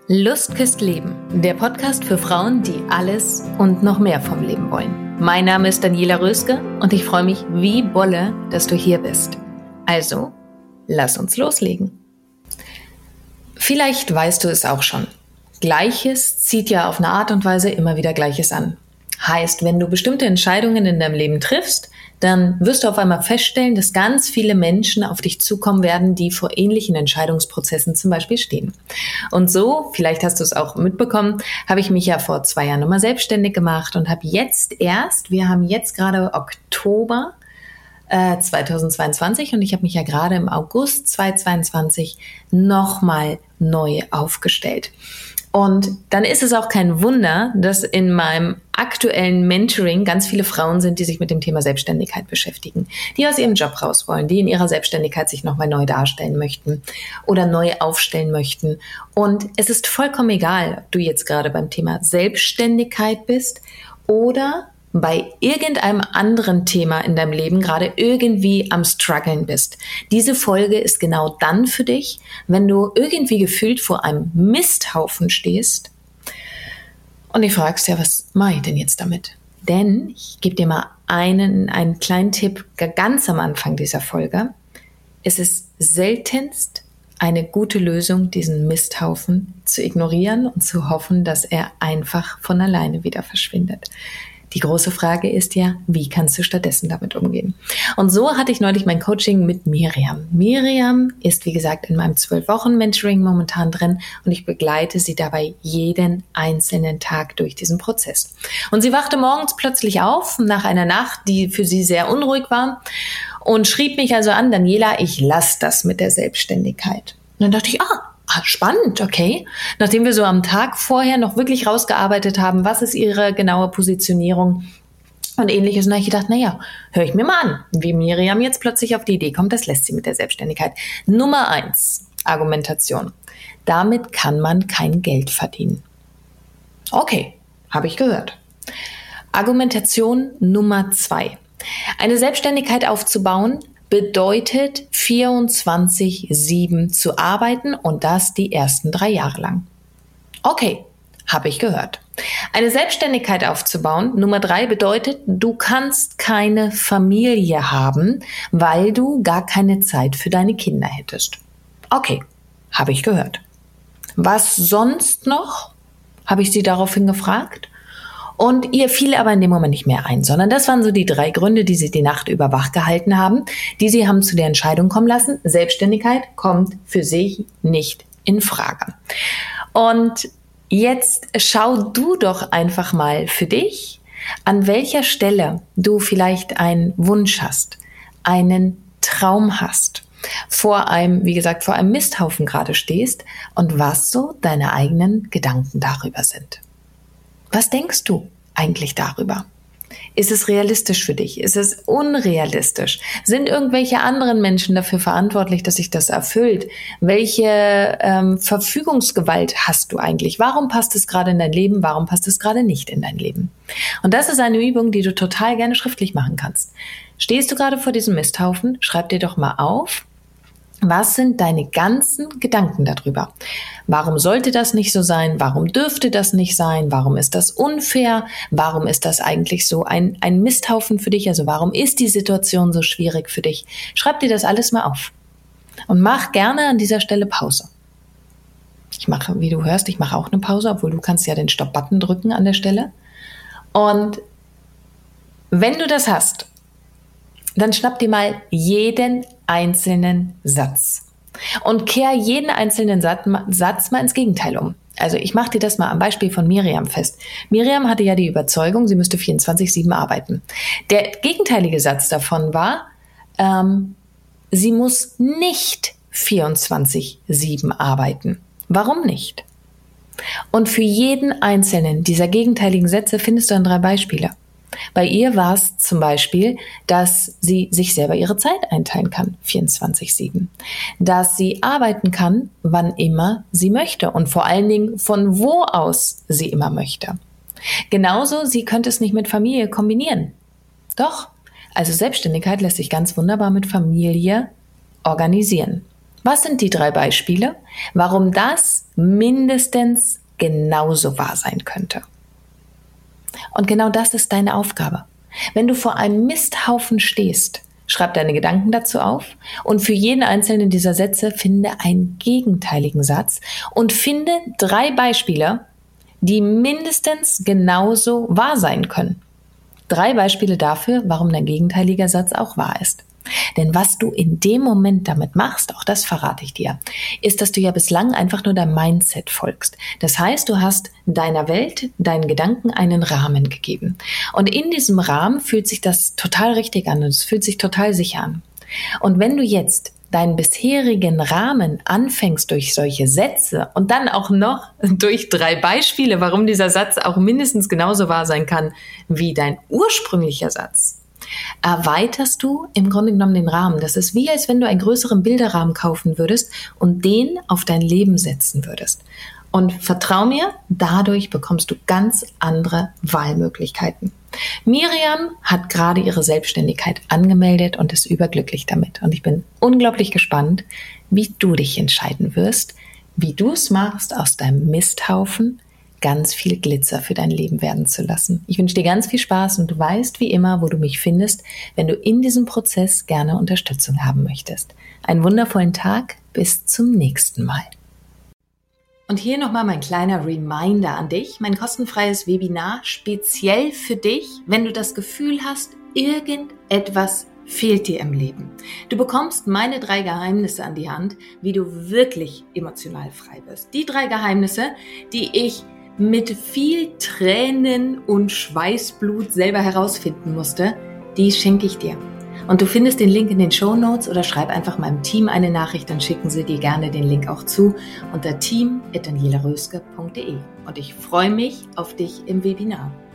Lust küsst Leben, der Podcast für Frauen, die alles und noch mehr vom Leben wollen. Mein Name ist Daniela Röske und ich freue mich wie Bolle, dass du hier bist. Also, lass uns loslegen. Vielleicht weißt du es auch schon. Gleiches zieht ja auf eine Art und Weise immer wieder Gleiches an. Heißt, wenn du bestimmte Entscheidungen in deinem Leben triffst, dann wirst du auf einmal feststellen, dass ganz viele Menschen auf dich zukommen werden, die vor ähnlichen Entscheidungsprozessen zum Beispiel stehen. Und so, vielleicht hast du es auch mitbekommen, habe ich mich ja vor 2 Jahren nochmal selbstständig gemacht und habe wir haben jetzt gerade Oktober 2022 und ich habe mich ja gerade im August 2022 nochmal neu aufgestellt. Und dann ist es auch kein Wunder, dass in meinem aktuellen Mentoring ganz viele Frauen sind, die sich mit dem Thema Selbstständigkeit beschäftigen, die aus ihrem Job raus wollen, die in ihrer Selbstständigkeit sich nochmal neu darstellen möchten oder neu aufstellen möchten. Und es ist vollkommen egal, ob du jetzt gerade beim Thema Selbstständigkeit bist oder bei irgendeinem anderen Thema in deinem Leben gerade irgendwie am Struggeln bist. Diese Folge ist genau dann für dich, wenn du irgendwie gefühlt vor einem Misthaufen stehst und du fragst ja, was mache ich denn jetzt damit? Denn ich gebe dir mal einen kleinen Tipp ganz am Anfang dieser Folge. Es ist seltenst eine gute Lösung, diesen Misthaufen zu ignorieren und zu hoffen, dass er einfach von alleine wieder verschwindet. Die große Frage ist ja, wie kannst du stattdessen damit umgehen? Und so hatte ich neulich mein Coaching mit Miriam. Miriam ist, wie gesagt, in meinem 12-Wochen-Mentoring momentan drin und ich begleite sie dabei jeden einzelnen Tag durch diesen Prozess. Und sie wachte morgens plötzlich auf, nach einer Nacht, die für sie sehr unruhig war und schrieb mich also an, Daniela, ich lasse das mit der Selbstständigkeit. Und dann dachte ich, spannend, okay. Nachdem wir so am Tag vorher noch wirklich rausgearbeitet haben, was ist ihre genaue Positionierung und ähnliches, und da habe ich gedacht, höre ich mir mal an, wie Miriam jetzt plötzlich auf die Idee kommt, das lässt sie mit der Selbstständigkeit. Nummer 1, Argumentation. Damit kann man kein Geld verdienen. Okay, habe ich gehört. Argumentation Nummer 2. Eine Selbstständigkeit aufzubauen bedeutet 24/7 zu arbeiten und das die ersten 3 Jahre lang. Okay, habe ich gehört. Eine Selbstständigkeit aufzubauen, Nummer 3, bedeutet, du kannst keine Familie haben, weil du gar keine Zeit für deine Kinder hättest. Okay, habe ich gehört. Was sonst noch? Habe ich sie daraufhin gefragt. Und ihr fiel aber in dem Moment nicht mehr ein, sondern das waren so die 3 Gründe, die sie die Nacht über wach gehalten haben, die sie haben zu der Entscheidung kommen lassen. Selbstständigkeit kommt für sie nicht in Frage. Und jetzt schau du doch einfach mal für dich, an welcher Stelle du vielleicht einen Wunsch hast, einen Traum hast, vor einem Misthaufen gerade stehst und was so deine eigenen Gedanken darüber sind. Was denkst du eigentlich darüber? Ist es realistisch für dich? Ist es unrealistisch? Sind irgendwelche anderen Menschen dafür verantwortlich, dass sich das erfüllt? Welche Verfügungsgewalt hast du eigentlich? Warum passt es gerade in dein Leben? Warum passt es gerade nicht in dein Leben? Und das ist eine Übung, die du total gerne schriftlich machen kannst. Stehst du gerade vor diesem Misthaufen? Schreib dir doch mal auf, was sind deine ganzen Gedanken darüber? Warum sollte das nicht so sein? Warum dürfte das nicht sein? Warum ist das unfair? Warum ist das eigentlich so ein Misthaufen für dich? Also warum ist die Situation so schwierig für dich? Schreib dir das alles mal auf und mach gerne an dieser Stelle Pause. Wie du hörst, ich mache auch eine Pause, obwohl du kannst ja den Stopp-Button drücken an der Stelle. Und wenn du das hast, dann schnapp dir mal jeden einzelnen Satz und kehr jeden einzelnen Satz mal ins Gegenteil um. Also ich mache dir das mal am Beispiel von Miriam fest. Miriam hatte ja die Überzeugung, sie müsste 24/7 arbeiten. Der gegenteilige Satz davon war, sie muss nicht 24/7 arbeiten. Warum nicht? Und für jeden einzelnen dieser gegenteiligen Sätze findest du dann 3 Beispiele. Bei ihr war es zum Beispiel, dass sie sich selber ihre Zeit einteilen kann, 24/7. Dass sie arbeiten kann, wann immer sie möchte und vor allen Dingen von wo aus sie immer möchte. Genauso, sie könnte es nicht mit Familie kombinieren. Doch, also Selbstständigkeit lässt sich ganz wunderbar mit Familie organisieren. Was sind die 3 Beispiele, warum das mindestens genauso wahr sein könnte. Und genau das ist deine Aufgabe. Wenn du vor einem Misthaufen stehst, schreib deine Gedanken dazu auf und für jeden einzelnen dieser Sätze finde einen gegenteiligen Satz und finde 3 Beispiele, die mindestens genauso wahr sein können. 3 Beispiele dafür, warum dein gegenteiliger Satz auch wahr ist. Denn was du in dem Moment damit machst, auch das verrate ich dir, ist, dass du ja bislang einfach nur deinem Mindset folgst. Das heißt, du hast deiner Welt, deinen Gedanken einen Rahmen gegeben. Und in diesem Rahmen fühlt sich das total richtig an und es fühlt sich total sicher an. Und wenn du jetzt deinen bisherigen Rahmen anfängst durch solche Sätze und dann auch noch durch 3 Beispiele, warum dieser Satz auch mindestens genauso wahr sein kann wie dein ursprünglicher Satz, erweiterst du im Grunde genommen den Rahmen. Das ist wie, als wenn du einen größeren Bilderrahmen kaufen würdest und den auf dein Leben setzen würdest. Und vertrau mir, dadurch bekommst du ganz andere Wahlmöglichkeiten. Miriam hat gerade ihre Selbstständigkeit angemeldet und ist überglücklich damit. Und ich bin unglaublich gespannt, wie du dich entscheiden wirst, wie du es machst, aus deinem Misthaufen ganz viel Glitzer für dein Leben werden zu lassen. Ich wünsche dir ganz viel Spaß und du weißt wie immer, wo du mich findest, wenn du in diesem Prozess gerne Unterstützung haben möchtest. Einen wundervollen Tag, bis zum nächsten Mal. Und hier nochmal mein kleiner Reminder an dich, mein kostenfreies Webinar speziell für dich, wenn du das Gefühl hast, irgendetwas fehlt dir im Leben. Du bekommst meine 3 Geheimnisse an die Hand, wie du wirklich emotional frei wirst. Die 3 Geheimnisse, die ich mit viel Tränen und Schweißblut selber herausfinden musste, die schenke ich dir. Und du findest den Link in den Shownotes oder schreib einfach meinem Team eine Nachricht, dann schicken sie dir gerne den Link auch zu unter team@daniela-röske.de. Und ich freue mich auf dich im Webinar.